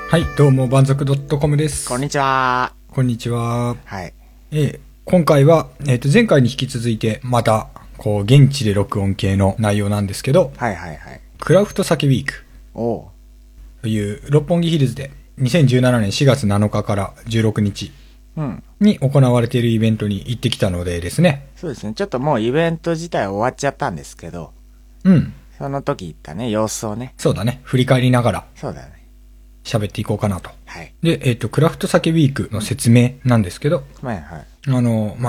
はい、どうも、万族 .com です。 こんにちは。 こんにちは。 はい。 今回は、前回に引き続いて、また、現地で録音系の内容なんですけど、 はいはいはい。 クラフト酒ウィークという六本木ヒルズで2017年4月7日から16日に行われているイベントに行ってきたのでですね。 そうですね。ちょっともうイベント自体終わっちゃったんですけど、その時行ったね、様子をね。 そうだね。振り返りながら。 そうだね。 喋っていこうかなと。 はい。 で、クラフト酒ウィークの説明なんですけど、 はいはい。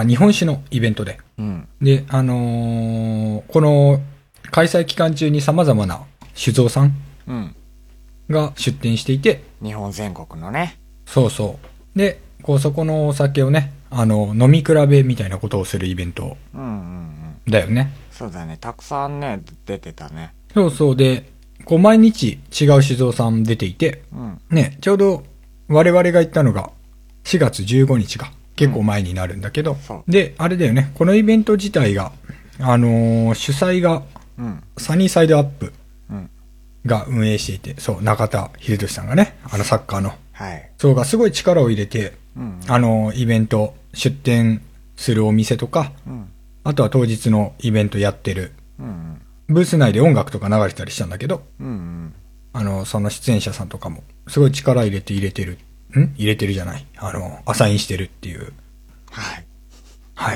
日本酒のイベントで、で、この開催期間中に様々な酒造さんが出店していて、 日本全国のね。 そうそう。で、そこのお酒をね、飲み比べみたいなことをするイベントだよね。 そうだね。たくさんね、出てたね。 そうそう。で、毎日違う酒造さん出ていて、ね、ちょうど我々が行ったのが4月15日が結構前になるんだけど、で、あれだよね、このイベント自体が、主催が、サニーサイドアップが運営していて、そう、中田秀俊さんがね、サッカーの、そうがすごい力を入れて、イベント、出店するお店とか、あとは当日のイベントやってる、ブース内で音楽とか流れたりしたんだけど、その出演者さんとかも、すごい力入れてるじゃない。アサインしてるっていう。 はい。 はい。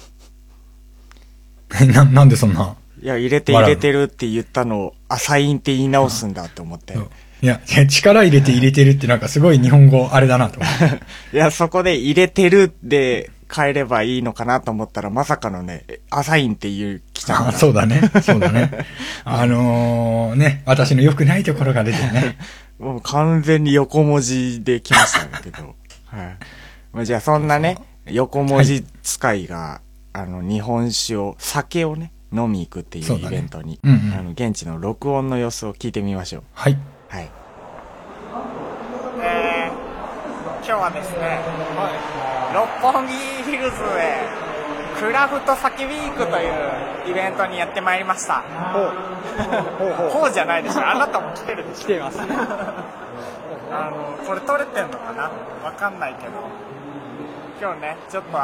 なんでそんな。 いや、入れてるって言ったのを、アサインって言い直すんだって思って。 いや、力入れてるってなんかすごい日本語あれだなと思って。 いや、そこで入れてるで変えればいいのかなと思ったら、まさかのね、アサインって来たんだ。 そうだね。そうだね。ね、私の良くないところが出てね。 もう完全に横文字で来ましたけど。はい。まあ、じゃあそんなね、横文字使いが、日本酒酒をね、飲み行くっていうイベントに、現地の録音の様子を聞いてみましょう。 はい。 はい。今日はですね、六本木ヒルズへクラフト酒ウィークというイベントにやってまいりました。ほうじゃないでしょ。あなたも来てるでしょ。 来てます。 これ撮れてんのかなわかんないけど。今日ね、ちょっと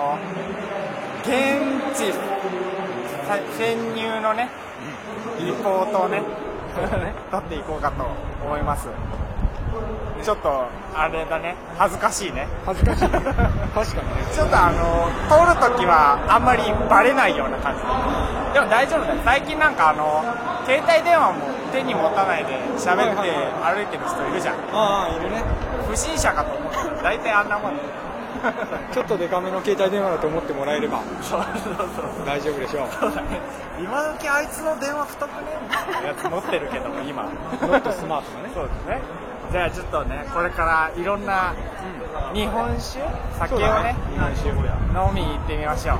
現地潜入のね、リポートをね、撮っていこうかと思います。ちょっと、あれだね、恥ずかしいね。 恥ずかしい。確かにね。 ちょっと撮るときはあんまりバレないような感じ。でも大丈夫だよ。最近なんか携帯電話も手に持たないで喋って歩いてる人いるじゃん。 ああ、いるね。 不審者かと思う。大体あんなもん。 ちょっとデカめの携帯電話だと思ってもらえれば。 そう。 大丈夫でしょう。 そうだね。今時あいつの電話太くねえやつ持ってるけども今。 ノットスマートなね。 そうですね。じゃあちょっとね、これからいろんな日本酒、酒をね、飲みに行ってみましょう。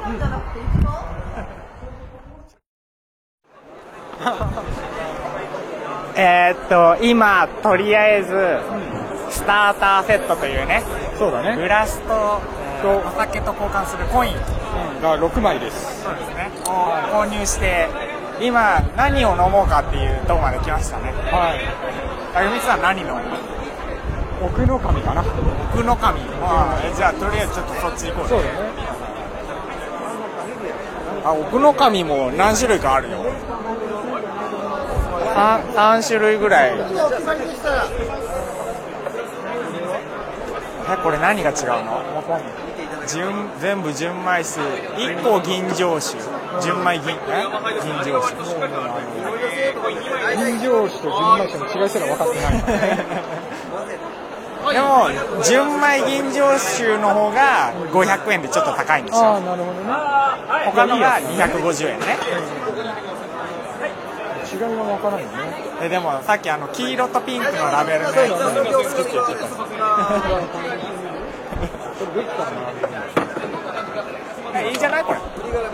今とりあえずスターターセットというね、 そうだね。 グラスとお酒と交換するコインが6枚です。 そうですね。を購入して今何を飲もうかっていうとこまで来ましたね。 はい。 あゆみさん何飲む？ 奥の神かな。 奥の神。じゃあとりあえずちょっとそっち行こう。 そうだね。 奥の神も何種類かあるよ。3種類ぐらい。これ何が違うの？全部純米酒。1個吟醸酒。純米吟醸酒。 吟醸酒と純米酒の違いすら分かってない。 でも純米吟醸酒の方が500円でちょっと高いんですよ。 ああ、なるほどね。 他のが250円ね。 違いが分からないね。 でもさっき黄色とピンクのラベルのやつ作ってやってた。いいじゃないこれ。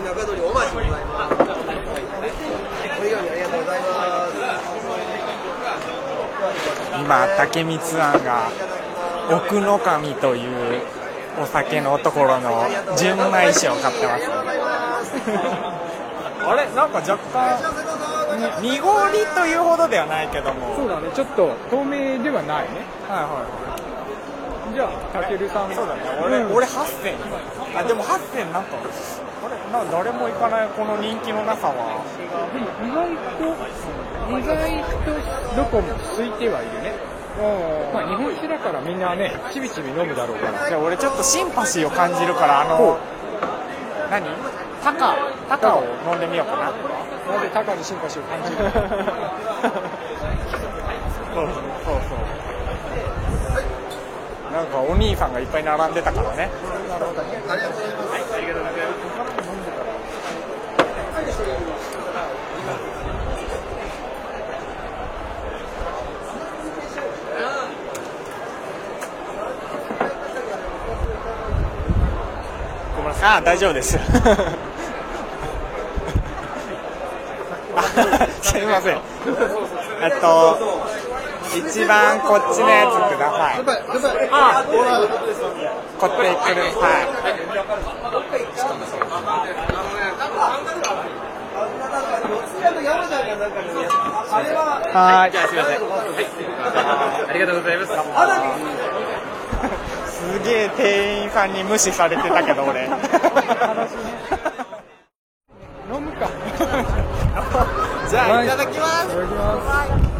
今竹光庵が奥の神というお酒のところの純米酒を買ってます。あれなんか若干ね。 濁りというほどではないけども。 そうだね、ちょっと透明ではないね。 はいはい。 じゃあ、たけるさん。 そうだね、俺8000。あ、でも8000なんか、誰も行かないこの人気のなさは。 でも意外とどこも空いてはいるね。まあ日本酒だからみんなね、ちびちび飲むだろうから。 じゃあ俺ちょっとシンパシーを感じるから、何タカを飲んでみようかな。 なぜタカにシンパシーを感じるそう。なんかお兄さんがいっぱい並んでたからね。なるほどね。はい、ありがとうございます。ごめんなさい。大丈夫です。すいません。一番こっちのやつください。あ、こっちくる。はい。はい。じゃあすみません。ありがとうございます。すげえ店員さんに無視されてたけど俺。 飲むか。 じゃあいただきます。 いただきます。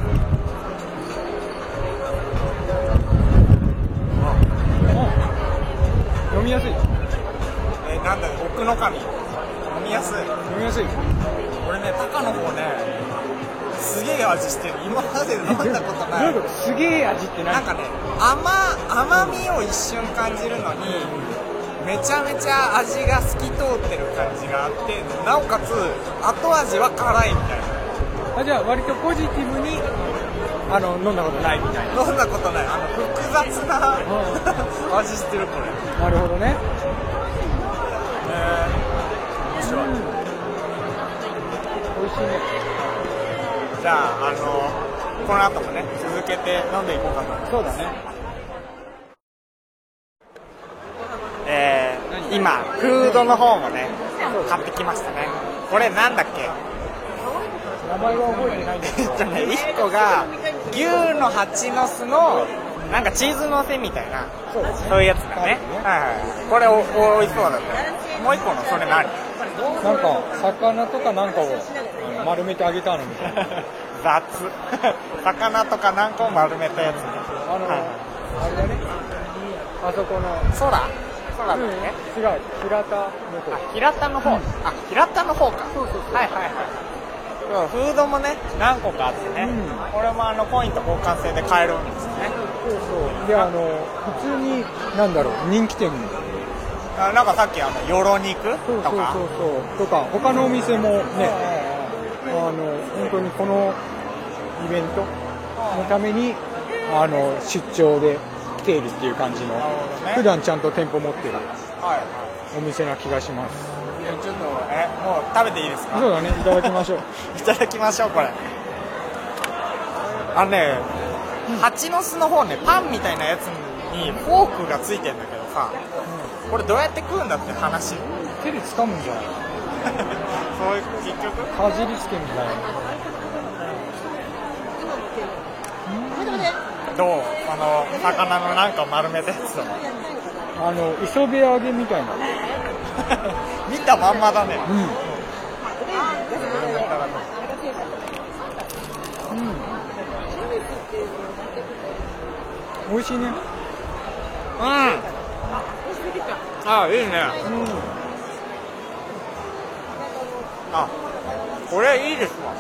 飲みやすい。 なんだろう、奥の神。飲みやすい。 飲みやすい。 俺ね、タカの方ね、すげえ味してる。今まで飲んだことない。 すげえ味って何？ なんかね、甘みを一瞬感じるのに、めちゃめちゃ味が透き通ってる感じがあって、なおかつ後味は辛いみたいな。 じゃあ割とポジティブに飲んだことないみたいな。 飲んだことない。複雑な味してるこれ。 なるほどね。 面白い。 美味しいね。 じゃあこの後もね続けて飲んでいこうかと。 そうだね。 今フードの方もね買ってきましたね。これなんだっけ？ 名前は覚えてないんだけど。 1個が牛の蜂の巣のなんかチーズのせみたいな、そういうやつだね。はいはい。これおいしそうだった。もう1個のそれ何？ なんか魚とかなんかを丸めてあげたのみたいな。 雑。魚とかなんかを丸めたやつね。 あれだね。あそこの空だね。 違う。平田の方。 平田の方。平田の方か。 そう。 はいはいはい。フードもね何個かあってね、これもポイント交換制で買えるんですよね。 そうで普通に人気店なんかさっきよろ肉とかとか他のお店もね本当にこのイベントのために出張で来ているっていう感じの、普段ちゃんと店舗持ってるお店な気がします。 ちょっともう食べていいですか？ そうだね、いただきましょう。 いただきましょう。これ蜂の巣の方ね、パンみたいなやつにフォークがついてんだけどさ、これどうやって食うんだって話。 手で掴むんじゃない？ そういう結局かじりつけみたいな。 どう？魚のなんか丸めたやつとか磯辺揚げみたいな。 見たまんまだね。 美味しいね。 あ、いいね。これいいですわ。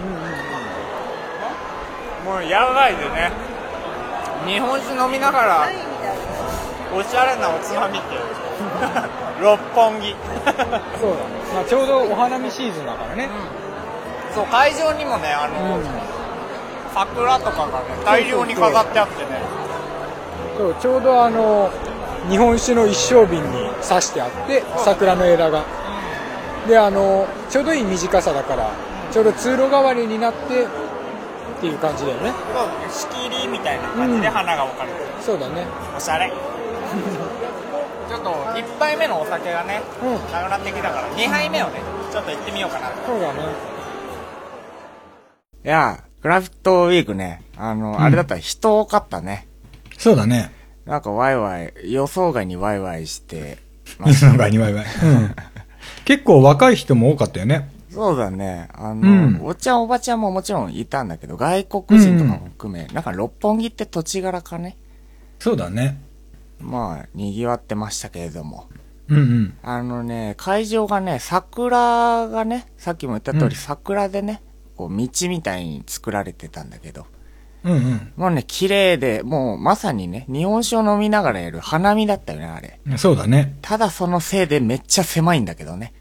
もう野外でね、日本酒飲みながらおしゃれなおつまみって六本木。 そうだね。ちょうどお花見シーズンだからね。 そう、会場にもね桜とかがね大量に飾ってあってね。 そうちょうど日本酒の一升瓶に刺してあって桜の枝が、でちょうどいい短さだからちょうど通路代わりになってっていう感じだよね。 仕切りみたいな感じで花が置かれてる。 そうだね。 おしゃれ。ちょっと1杯目のお酒がねなくなってきたから2杯目をねちょっと行ってみようかなと。 そうだね。 いや、クラフトウィークね、あれだったら人多かったね。 そうだね。 なんかワイワイ、予想外にワイワイして、 予想外にワイワイ。うん。結構若い人も多かったよね。 そうだね。おっちゃんおばちゃんももちろんいたんだけど、外国人とかも含め、なんか六本木って土地柄かね。 そうだね。 まあ、賑わってましたけれども。 うんうん。 会場がね、桜がね、さっきも言った通り、桜でね、こう、道みたいに作られてたんだけど。 うんうん。 もうね、綺麗で、もうまさにね、日本酒を飲みながらやる花見だったよね、あれ。 そうだね。 ただそのせいでめっちゃ狭いんだけどね。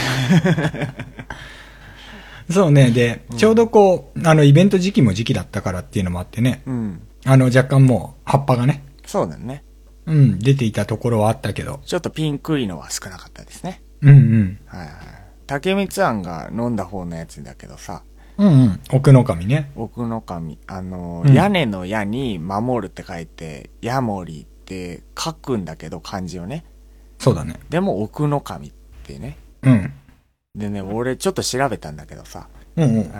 そうね。で、ちょうどこう、イベント時期も時期だったからっていうのもあってね。 うん。 若干もう、葉っぱがね。 そうだね。 うん、出ていたところはあったけど。 ちょっとピンクいのは少なかったですね。 うんうん。 はいはい。竹光庵が飲んだ方のやつだけどさ。 うんうん。奥の神ね。 奥の神。屋根の屋に守るって書いて、ヤモリって書くんだけど、漢字をね。 そうだね。 でも奥の神ってね。 うん。 でね、俺ちょっと調べたんだけどさ。 うんうん。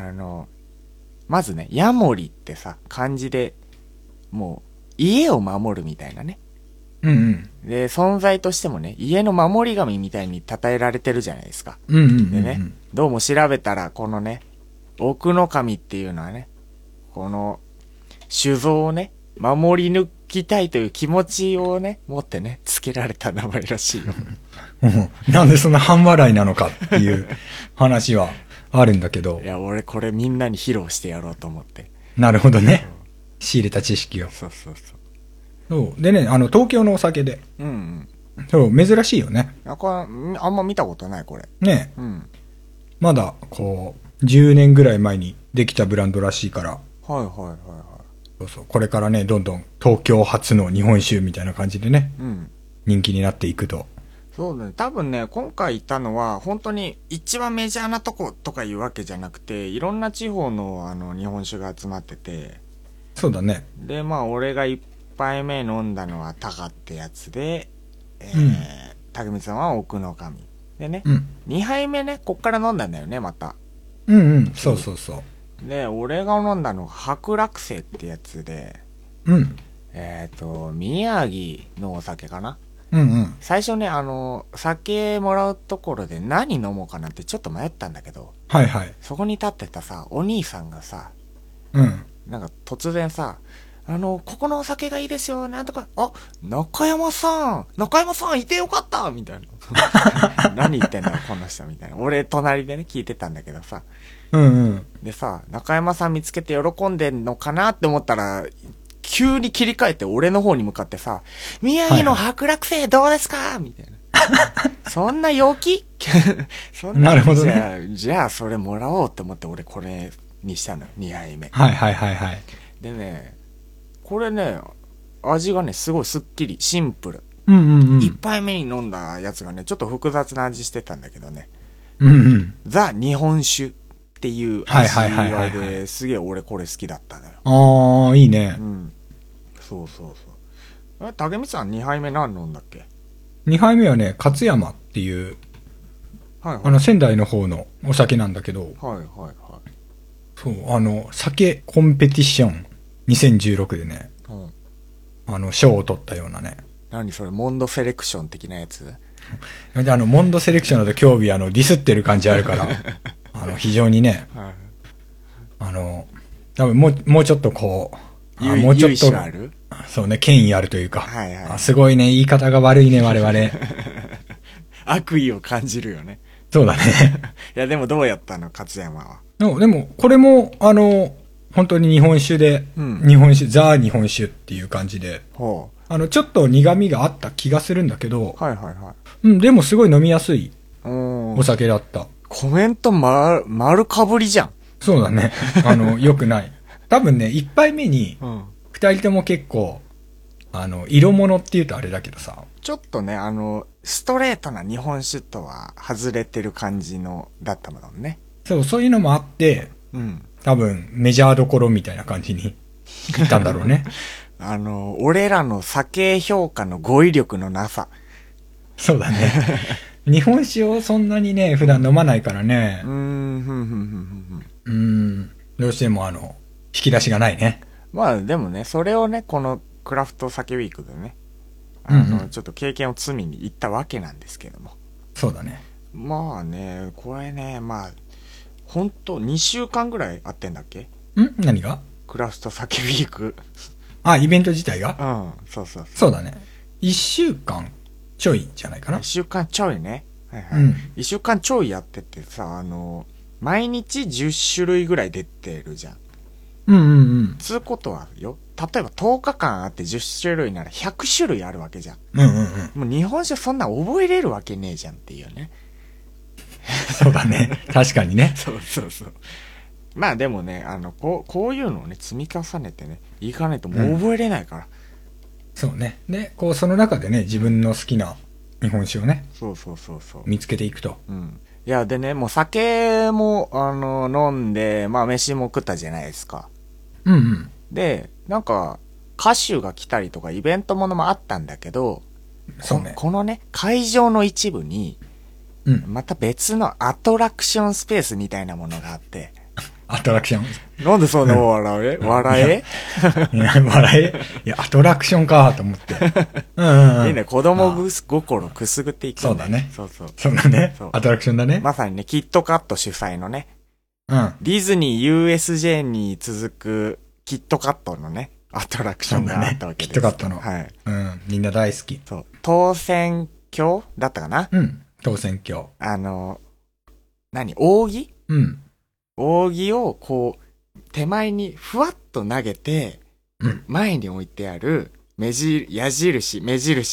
まずね、ヤモリってさ、漢字で、もう、家を守るみたいなね。 うんうん。 で、存在としてもね、家の守り神みたいに称えられてるじゃないですか。 うんうんうんうん。 でね、どうも調べたら、このね、奥の神っていうのはね、この酒造をね、守り抜きたいという気持ちをね、持ってね、付けられた名前らしいよ。 なんでそんな半笑いなのかっていう話はあるんだけど。 いや、俺これみんなに披露してやろうと思って。 なるほどね。仕入れた知識を。 そうそうそう。 そう。でね、東京のお酒で。 うんうん。 そう、珍しいよね。 これ、あんま見たことない、これ。 ねうん。 まだ、こう、10年ぐらい前にできたブランドらしいから。 はいはいはいはい。 そうそう。これからね、どんどん東京初の日本酒みたいな感じでね。 うん。 人気になっていくと。 そうだね。多分ね、今回行ったのは、本当に一番メジャーなとことかいうわけじゃなくて、いろんな地方の日本酒が集まってて。 そうだね。 で、まあ、俺が一杯目飲んだのはタカってやつで、竹光さんは奥の神。でね、2杯目ね、こっから飲んだんだよね、また。 うんうん、そうそうそう。 で、俺が飲んだのが白楽星ってやつで、 うん。 宮城のお酒かな。 うんうん。 最初ね、酒もらうところで何飲もうかなってちょっと迷ったんだけど、 はいはい。 そこに立ってたさ、お兄さんがさ、 うん。 なんか突然さ、ここのお酒がいいですよ、なんとか、あ、中山さんいてよかったみたいな。何言ってんだこの人みたいな。俺、隣でね、聞いてたんだけどさ。 うんうん。 でさ、中山さん見つけて喜んでんのかなって思ったら、急に切り替えて俺の方に向かってさ、宮城の白楽星どうですかみたいな。そんな陽気そんな。 なるほどね。 じゃあそれもらおうって思って俺これにしたのよ、2杯目。 はいはいはいはい。 でね、これね、味がね、すごいすっきり、シンプル。 うんうんうん。 1杯目に飲んだやつがね、ちょっと複雑な味してたんだけどね。 うんうん。 ザ・日本酒っていう味わいで、すげえ俺これ好きだったのよ。 ああ、いいね。 うん。そうそうそう。竹光さん2杯目何飲んだっけ？ 2 杯目はね、勝山っていう、 はいはい。 仙台の方のお酒なんだけど、 はいはいはい。 そう、酒コンペティション2016でね、賞を取ったようなね。 何それ、モンドセレクション的なやつ？ で、モンドセレクションだと興味ディスってる感じあるから、非常にね、 はい、 多分もうちょっとこう、 もうちょっと、ある？ そうね、権威あるというか、 はいはい、 すごいね、言い方が悪いね、我々。 悪意を感じるよね。 そうだね。 いや、でもどうやったの、勝山は。 でも、これも、本当に日本酒で、日本酒、ザ・日本酒っていう感じで、 ほう。 ちょっと苦味があった気がするんだけど、 はいはいはい。 うん、でもすごい飲みやすいお酒だった。 コメント丸かぶりじゃん。 そうだね。良くない。多分ね、一杯目に、二人とも結構、色物って言うとあれだけどさ。 ちょっとね、ストレートな日本酒とは外れてる感じの、だったもんね。 そういうのもあって、多分メジャーどころみたいな感じにいったんだろうね。 俺らの酒評価の語彙力のなさ。 そうだね。日本酒をそんなにね、普段飲まないからね。 どうしても引き出しがないね。 まあでもね、それをね、このクラフト酒ウィークでね、ちょっと経験を積みに行ったわけなんですけども。 そうだね。 まあね、これね、まあ、ほんと2週間ぐらいあってんだっけ？ 何が？ クラフト酒ウィーク。 あ、イベント自体が？ うん、そうそうそう。 そうだね。1週間ちょいじゃないかな。 1週間ちょいね。はいはい。1週間ちょいやっててさ、毎日10種類ぐらい出てるじゃん。つうことはよ。例えば10日間あって10種類なら100種類あるわけじゃん。もう日本酒そんな覚えれるわけねえじゃんっていうね。 そうだね。確かにね。 そうそうそう。まあでもね、こういうのをね、積み重ねてね、いかないともう覚えれないから。 そうね。で、その中でね、自分の好きな日本酒をね、 そうそうそうそう。 見つけていくと。 いや、でね、もう酒も、飲んで、まあ飯も食ったじゃないですか。で、なんか、歌手が来たりとかイベントものもあったんだけど、 そうね。 このね、会場の一部に、また別のアトラクションスペースみたいなものがあって。 アトラクション。 なんでそんな笑え？笑え？ いや、笑え？いや、アトラクションかと思って。 いいね、子供心くすぐっていくんだよ。 そうだね。 そうそう。 そうだね。アトラクションだね。 まさにね、キットカット主催のね、ディズニー USJ に続くキットカットのね、アトラクションがあったわけです。 キットカットの。 はい。 みんな大好き。 そう。当選鏡だったかな？ 当選鏡。 扇？扇をこう、手前にふわっと投げて、前に置いてある、目印。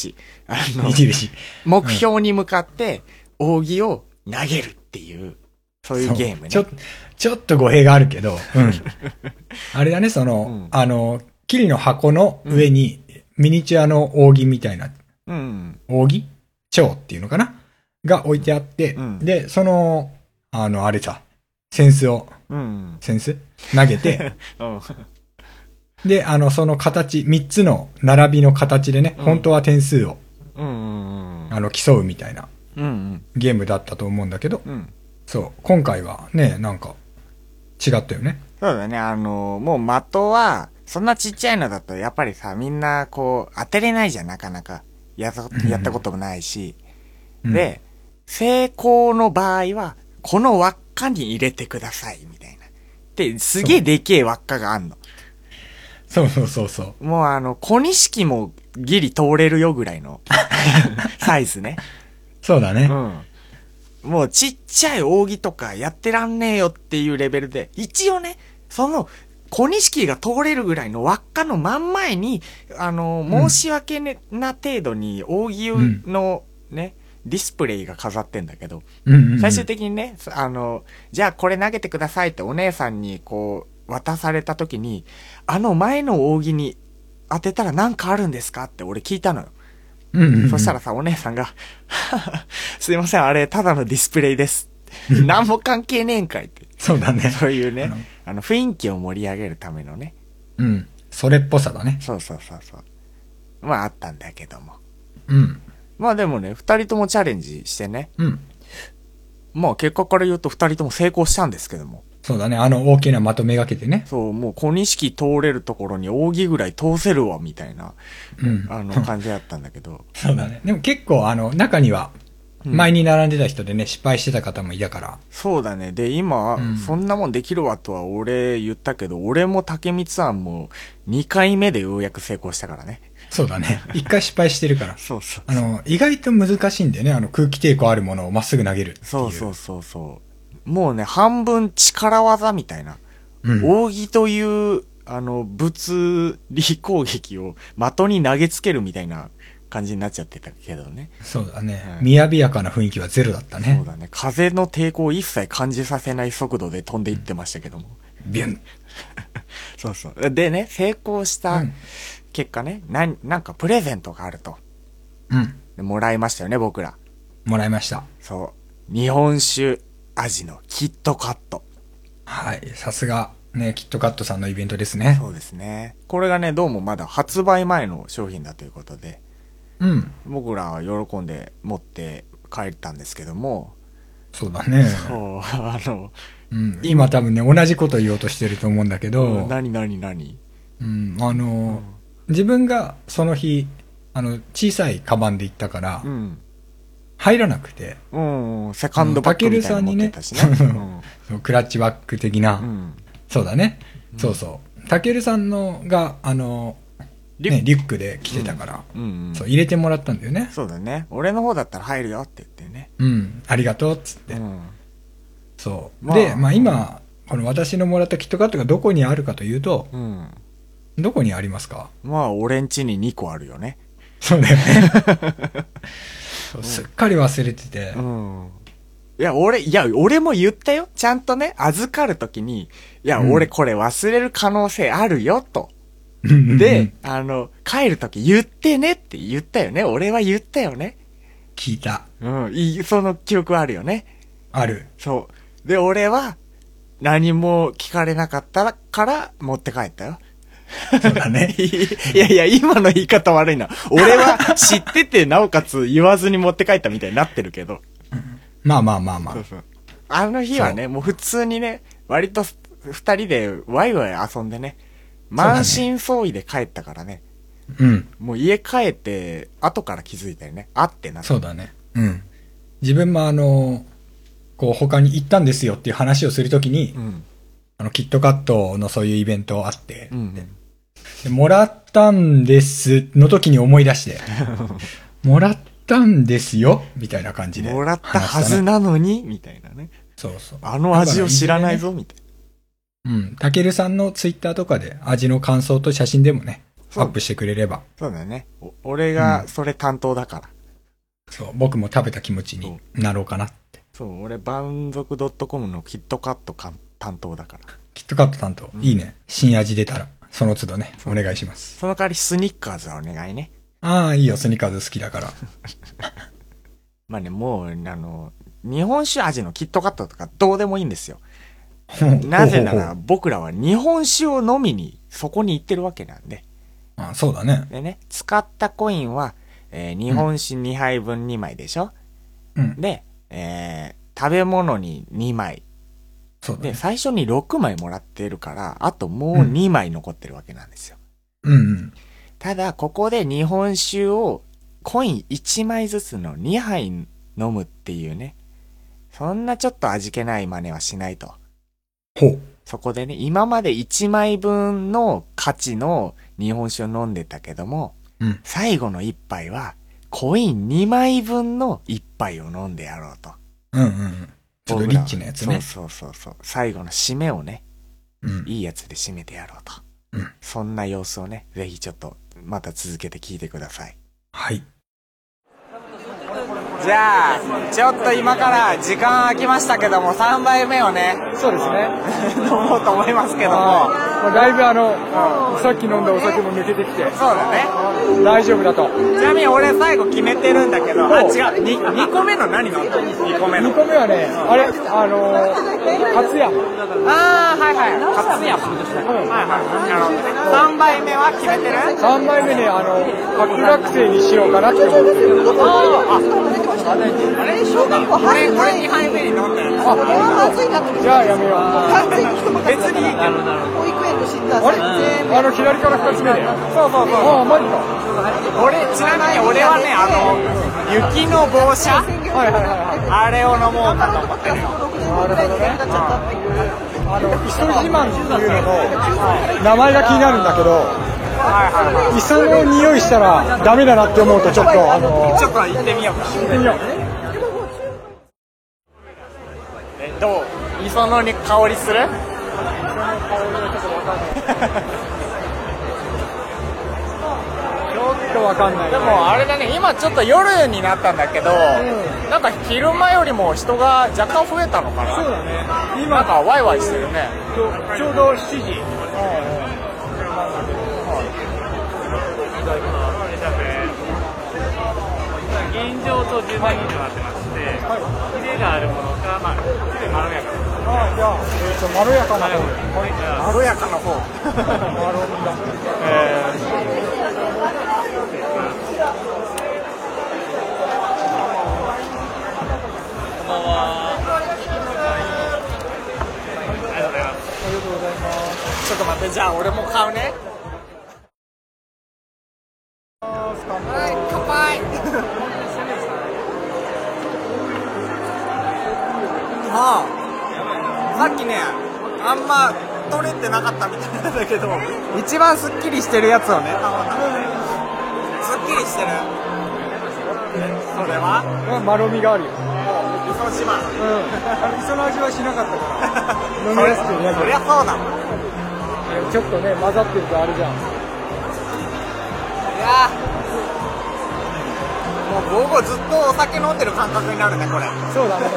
目標に向かって、扇を投げるっていう、そういうゲームね。 ちょっと語弊があるけど、あれだね、桐の箱の上に、ミニチュアの扇みたいな、扇？蝶っていうのかなが置いてあって、で、あれさ、扇子を、扇子投げて、で、その形、3つの並びの形でね、本当は点数を、競うみたいな、ゲームだったと思うんだけど、そう、今回はね、なんか、違ったよね。 そうだね、もう的は、そんなちっちゃいのだと、やっぱりさ、みんな、こう、当てれないじゃん、なかなか。やったこともないし。で、成功の場合は、この輪っかに入れてください、みたいな。で、すげえでけえ輪っかがあんの。 そう。 もう小錦もギリ通れるよぐらいのサイズね。 そうだね。 もうちっちゃい扇とかやってらんねえよっていうレベルで、一応ね、その小錦が通れるぐらいの輪っかの真ん前に、申し訳な程度に扇のね、ディスプレイが飾ってんだけど、最終的にね、じゃあこれ投げてくださいってお姉さんにこう渡された時に、前の扇に当てたらなんかあるんですかって俺聞いたのよ。そしたらさ、お姉さんがすいません、あれただのディスプレイです。何も関係ねえんかいって。 そうだね。 そういうね、雰囲気を盛り上げるためのね。 それっぽさだね。 そう。まああったんだけども。まあでもね、二人ともチャレンジしてね。まあ結果から言うと二人とも成功したんですけども。 そうだね、大きな的めがけてね。 そう、もう小錦通れるところに扇ぐらい通せるわ、みたいな、感じだったんだけど。 そうだね。でも結構中には、前に並んでた人でね、失敗してた方もいたから。 そうだね。で、今、そんなもんできるわとは俺言ったけど、俺も竹光さんも2回目でようやく成功したからね。 そうだね。1回失敗してるから。 そう。 意外と難しいんだよね。空気抵抗あるものをまっすぐ投げるっていう。 そう。もうね、半分力技みたいな。扇という、物理攻撃を的に投げつけるみたいな感じになっちゃってたけどね。 そうだね。みやびやかな雰囲気はゼロだったね。 そうだね。風の抵抗を一切感じさせない速度で飛んでいってましたけども。 ビュン。 そう。でね、成功した結果ね、なんかプレゼントがあると。でもらいましたよね、僕ら。 もらいました。 そう。日本酒味のキットカット。 はい。さすが、ね、キットカットさんのイベントですね。 そうですね。これがね、どうもまだ発売前の商品だということで、僕らは喜んで持って帰ったんですけども、 そうだね。 そう、 うん。今多分ね、同じこと言おうとしてると思うんだけど。 何うん、自分がその日、小さいカバンで行ったから、入らなくて。 セカンドバッグみたいなの持ってたしね。 クラッチバッグ的な。そうだね。そうそう。たけるさんのが、リュックで来てたから、そう、入れてもらったんだよね。 そうだね。俺の方だったら入るよって言ってね。 ありがとうっつって。そう。で、今、この私のもらったキットカットがどこにあるかというと、どこにありますか？ 俺ん家に2個あるよね。 そうだよね。すっかり忘れてて。 俺も言ったよ。ちゃんとね、預かるときに、俺これ忘れる可能性あるよ、と。で、帰るとき言ってねって言ったよね。俺は言ったよね。 聞いた。 その記憶はあるよね。 ある。 そう。で、俺は、何も聞かれなかったから持って帰ったよ。 そうだね。 いや、今の言い方悪いな。俺は知ってて、なおかつ言わずに持って帰ったみたいになってるけど。 まあ。 そうそう。あの日はね、もう普通にね、割と二人でワイワイ遊んでね、満身創痍で帰ったからね。もう家帰って、後から気づいたよね。ってなって。 そうだね。自分も他に行ったんですよっていう話をするときに、キットカットのそういうイベントあって、でもらったんですの時に思い出して、もらったんですよみたいな感じで、 もらったはずなのにみたいなね。 そうそう。 あの味を知らないぞみたいな。たけるさんのツイッターとかで味の感想と写真でもね、アップしてくれれば。 そうだよね。俺がそれ担当だから。 そう、僕も食べた気持ちになろうかなって。 そう、俺、満足 .com のキットカット担当だから。 キットカット担当。いいね。新味出たら、その都度ね、お願いします。 その代わりスニッカーズはお願いね。 いいよ、スニッカーズ好きだから。 もう、日本酒味のキットカットとかどうでもいいんですよ。なぜなら、僕らは日本酒を飲みに、そこに行ってるわけなんで。 そうだね。 でね、使ったコインは、日本酒2杯分2枚でしょ。で、食べ物に2枚。 そうだね。 で、最初に6枚もらってるから、あともう2枚残ってるわけなんですよ。ただ、ここで日本酒をコイン1枚ずつの2杯飲むっていうね。そんなちょっと味気ない真似はしないと。そこでね、今まで1枚分の価値の日本酒を飲んでたけども、最後の1杯は、コイン2枚分の1杯を飲んでやろうと。 ちょっとリッチなやつね。 そう。最後の締めをね、いいやつで締めてやろうと。そんな様子をね、ぜひちょっと、また続けて聞いてください。 はい。 じゃあ、ちょっと今から時間空きましたけども、3杯目をね、 そうですね。 飲もうと思いますけども。 だいぶさっき飲んだお酒も抜けてきて。 そうだね。 大丈夫だと。 ちなみに俺最後決めてるんだけど、違う、2個目の何飲んだの ?2 個目の。 2個目はね、あれ、勝山。 はい。勝山。3杯目は決めてる ?3 杯目ね、白楽生にしようかなって思ってる。 あれ小学校これ2杯目に飲んだよ。 じゃあやめよう。 別にいいけど。 保育園のシッターあれ左から2つ目で。 そう。 マジか。 ちなみに俺はね、雪の棒車あれを飲もうかと思ってるよ。 なるほどね。磯自慢っていうのの名前が気になるんだけど、磯の匂いしたらダメだなって思うとちょっとちょっと行ってみようか。 行ってみよう。 どう？磯の香りする？ ちょっとわかんない。 でもあれだね、今ちょっと夜になったんだけど、なんか昼間よりも人が若干増えたのかな。 そうだね。 今なんかワイワイしてるね。 ちょうど7時。 現状と10枚以上なってまして、ヒレがあるものか、ヒレまろやかな。 じゃあ、まろやかな方。 まろやかな方。 こんばんは。 ちょっと待って、じゃあ俺も買うね。はい、乾杯。ああ、さっきね、あんま取れてなかったみたいなんだけど、一番スッキリしてるやつをね、スッキリしてる。それはまろみがあるよ。 磯島。 磯の味はしなかったから飲みやすくて。 そりゃそうだ。 ちょっとね混ざってるとあれじゃん。 いやもう午後ずっとお酒飲んでる感覚になるね、これ。 そうだね。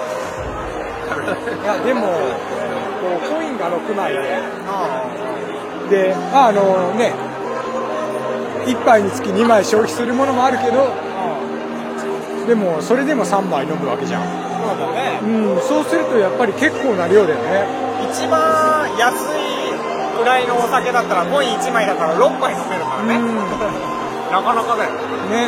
いやでもこうコインが6枚で、ね、1杯につき2枚消費するものもあるけど、でもそれでも3杯飲むわけじゃん。 そうだね。 そうするとやっぱり結構な量だよね。 一番安いくらいのお酒だったらコイン1枚だから6杯飲めるからね。なかなかだよね。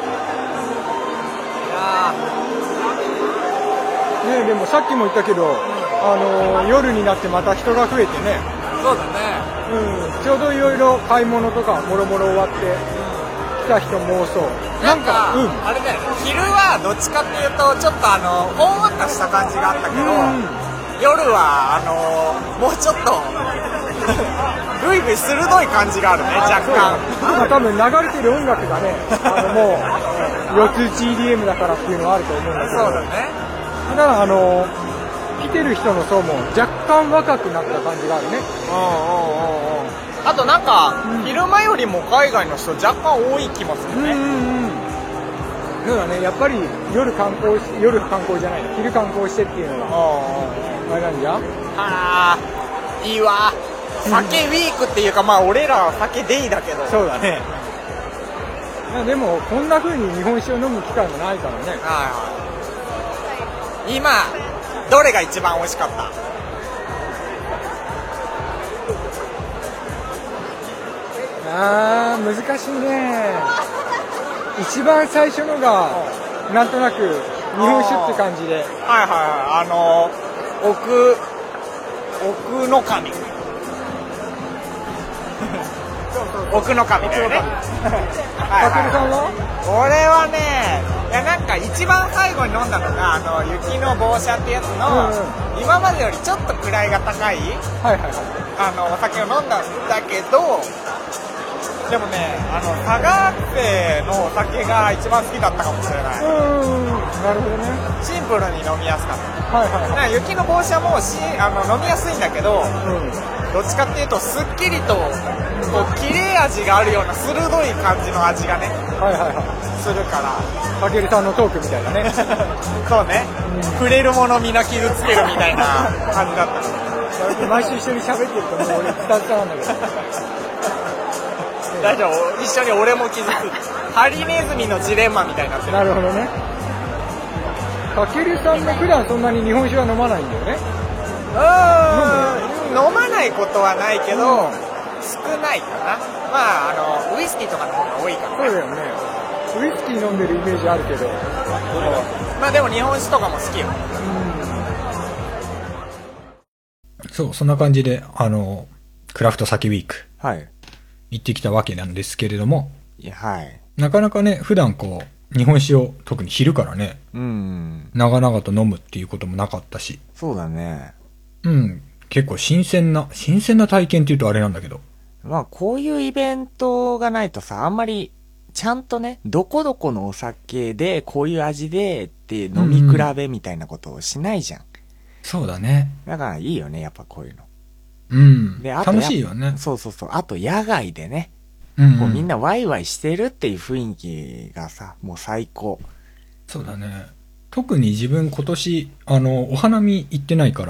ね、でもさっきも言ったけど、夜になってまた人が増えてね。 そうだね。 ちょうどいろいろ買い物とかもろもろ終わって来た人も多そう。 なんか、あれだよね、昼はどっちかっていうとちょっとほんわかした感じがあったけど、夜はもうちょっとグイグイ鋭い感じがあるね、若干。 多分流れてる音楽がね、もう4つ GDM だからっていうのはあると思うんだけど。 そうだね。 ただ来てる人の層も若干若くなった感じがあるね。 あとなんか、昼間よりも海外の人若干多い気もするね。 そうだね、やっぱり夜観光じゃないの、昼観光してっていうのがあれなんじゃん。 いいわ。酒ウィークっていうか、まあ俺らは酒デイだけど。 そうだね。でもこんな風に日本酒を飲む機会もないからね。 今どれが一番美味しかった？ 難しいね。一番最初のがなんとなく日本酒って感じで。 奥の神。奥の神だよね。 たけるさんは？ 俺はね、いやなんか一番最後に飲んだのが雪の棒車ってやつの、今までよりちょっと位が高い、お酒を飲んだんだけど、でもね佐賀生のお酒が一番好きだったかもしれない。 なるほどね。 シンプルに飲みやすかった。雪の棒車も飲みやすいんだけど、どっちかっていうとすっきりとこう切れ味があるような鋭い感じの味がね、するから。 たけるさんのトークみたいなね。 そうね、触れるものみんな傷つけるみたいな感じだった。 毎週一緒に喋ってるともう俺伝わなんだけど。 大丈夫、一緒に俺も傷つく。ハリネズミのジレンマみたいになってる。 なるほどね。たけるさんも普段そんなに日本酒は飲まないんだよね。 飲まないことはないけど、少ないかな。まあウイスキーとかの方が多いからね。 そうだよね。ウイスキー飲んでるイメージあるけど。 まあでも日本酒とかも好きよ。 そう、そんな感じでクラフト酒ウィーク行ってきたわけなんですけれども、なかなかね普段こう日本酒を特に昼からね、長々と飲むっていうこともなかったし。 そうだね。 結構新鮮な体験っていうとあれなんだけど、 まあこういうイベントがないとさ、あんまりちゃんとねどこどこのお酒でこういう味でって飲み比べみたいなことをしないじゃん。 そうだね。 だからいいよね、やっぱこういうの。 で、楽しいよね。 そう。あと野外でね、こうみんなワイワイしてるっていう雰囲気がさ、もう最高。 そうだね。特に自分今年お花見行ってないから。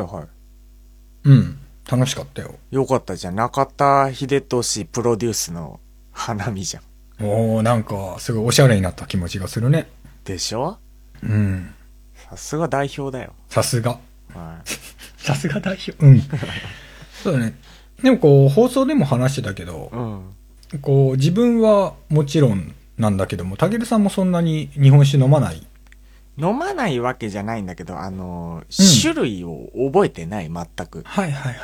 楽しかったよ。 よかったじゃん。中田秀俊プロデュースの花見じゃん。 なんかすごいおしゃれになった気持ちがするね。 でしょ？さすが代表だよ。 さすが。さすが代表。そうだね。でもこう放送でも話してたけど、こう自分はもちろんなんだけども、たけるさんもそんなに日本酒飲まない？ 飲まないわけじゃないんだけど、種類を覚えてない、全く。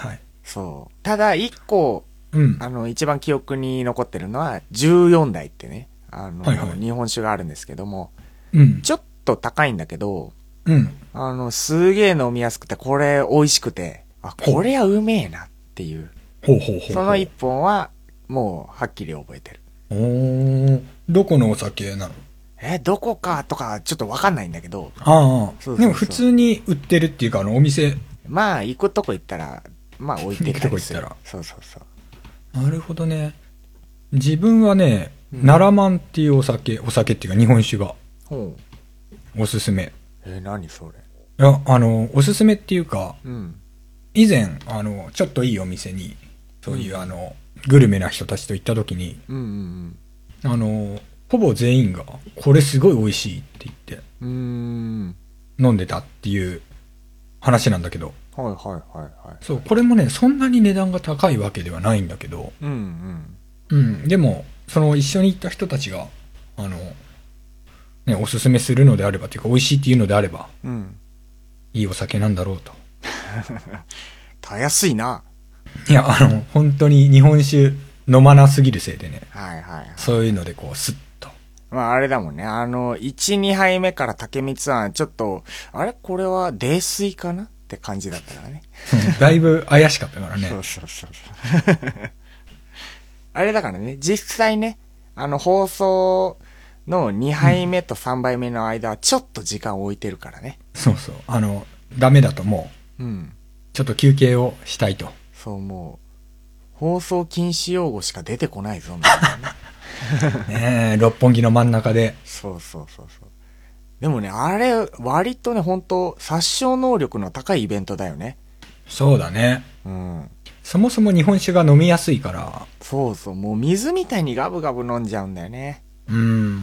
そう。ただ、一個、 うん。 一番記憶に残ってるのは、14代ってね、 はいはい日本酒があるんですけども、 うん。 ちょっと高いんだけど、 うん。 すげえ飲みやすくて、これ美味しくて、あ、これはうめえなっていう。 ほうほうほう。 その一本は、もう、はっきり覚えてる。 おー。どこのお酒なの？ どこかとか、ちょっとわかんないんだけど。 ああ。 そうそうそうでも普通に売ってるっていうか、お店。 まあ、行くとこ行ったら、まあ置いてたりする。 行くとこ行ったら。 そうそうそう。 なるほどね。自分はね、 うん奈良満っていうお酒っていうか日本酒がほおすすめ。 何それ。 いや、おすすめっていうか、 うん。 以前、ちょっといいお店に、そういうグルメな人たちと行った時に、 うんうんほぼ全員が、これすごい美味しいって言って、 うん。 飲んでたっていう話なんだけど、 はいはいはいはい。 そう、これもね、そんなに値段が高いわけではないんだけど、 うんうん。 うん、でも、その一緒に行った人たちが、ね、おすすめするのであれば、っていうか美味しいっていうのであれば、 うん。 いいお酒なんだろうと。 たやすいな。 いや、本当に日本酒飲まなすぎるせいでね、 はいはいはい。 そういうのでこう、スッと。 まああれだもんね。1、2杯目から竹光さん、ちょっと、あれこれは泥酔かなって感じだったからね。 だいぶ怪しかったからね。 そうそうそう。あれだからね、実際ね、放送の2杯目と3杯目の間はちょっと時間を置いてるからね。 そうそう。ダメだともう、 うん。 ちょっと休憩をしたいと。 そう、もう、放送禁止用語しか出てこないぞ、みたいなね。 ねえ、六本木の真ん中で。 そうそうそうそう。でもね、あれ、割とね、本当殺傷能力の高いイベントだよね。 そうだね。 うん。 そもそも日本酒が飲みやすいから。 そうそう、もう水みたいにガブガブ飲んじゃうんだよね。 うん。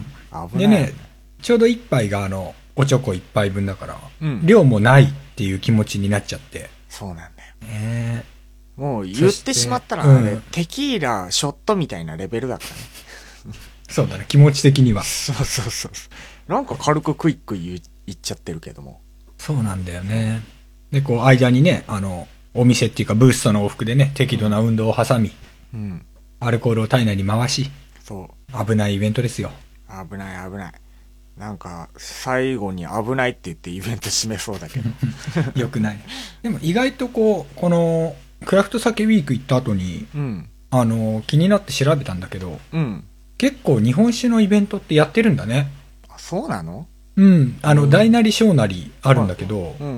危ない。 でね、ちょうど一杯がおちょこ一杯分だから、 うん、 量もないっていう気持ちになっちゃって。 そうなんだよ。 ねえ。 もう言ってしまったら、あれ、テキーラ、ショットみたいなレベルだからね。 そうだね、気持ち的には。 そうそうそう。なんか軽くクイック言っちゃってるけども。 そうなんだよね。で、こう、間にね、お店っていうかブースとの往復でね、適度な運動を挟み、 うん。 アルコールを体内に回し、 そう。 危ないイベントですよ。 危ない危ない。なんか、最後に危ないって言ってイベント締めそうだけど。 よくない。でも意外とこう、この、クラフト酒ウィーク行った後に、 うん。 気になって調べたんだけど、 うん。 結構日本酒のイベントってやってるんだね。 あ、そうなの？ うん。大なり小なりあるんだけど、 うん。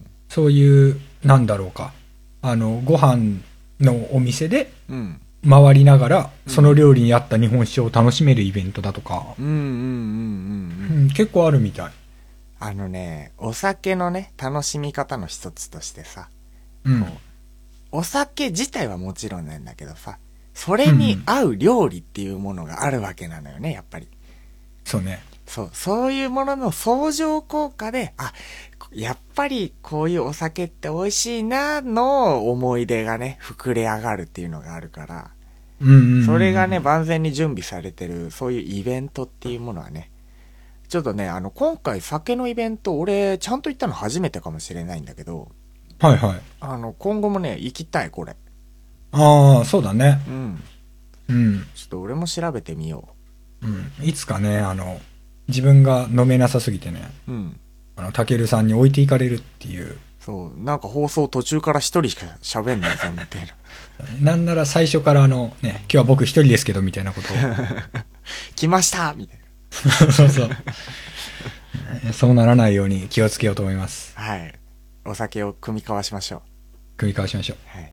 そういう、なんだろうか。ご飯のお店で、 うん。 回りながら、その料理に合った日本酒を楽しめるイベントだとか、結構あるみたい。 お酒のね、楽しみ方の一つとしてさ、 うん。 お酒自体はもちろんなんだけどさ、それに合う料理っていうものがあるわけなのよね、やっぱり。 そうね。 そういうものの相乗効果で、あ、やっぱりこういうお酒って美味しいなの思い出がね、膨れ上がるっていうのがあるから、それがね、万全に準備されてる、そういうイベントっていうものはね、ちょっとね、今回酒のイベント、俺、ちゃんと行ったの初めてかもしれないんだけど、 はいはい。 今後もね、行きたい、これ。 ああ、そうだね。 うん。 うん。 ちょっと俺も調べてみよう。うん。いつかね、自分が飲めなさすぎてね、 うん。 たけるさんに置いていかれるっていう。 そう、なんか放送途中から一人しか喋んないぞ、みたいな。 なんなら最初からね、今日は僕一人ですけど、みたいなことを。 来ましたみたいな。そうそう。そうならないように気をつけようと思います。 はい。お酒を酌み交わしましょう。 酌み交わしましょう。 はい。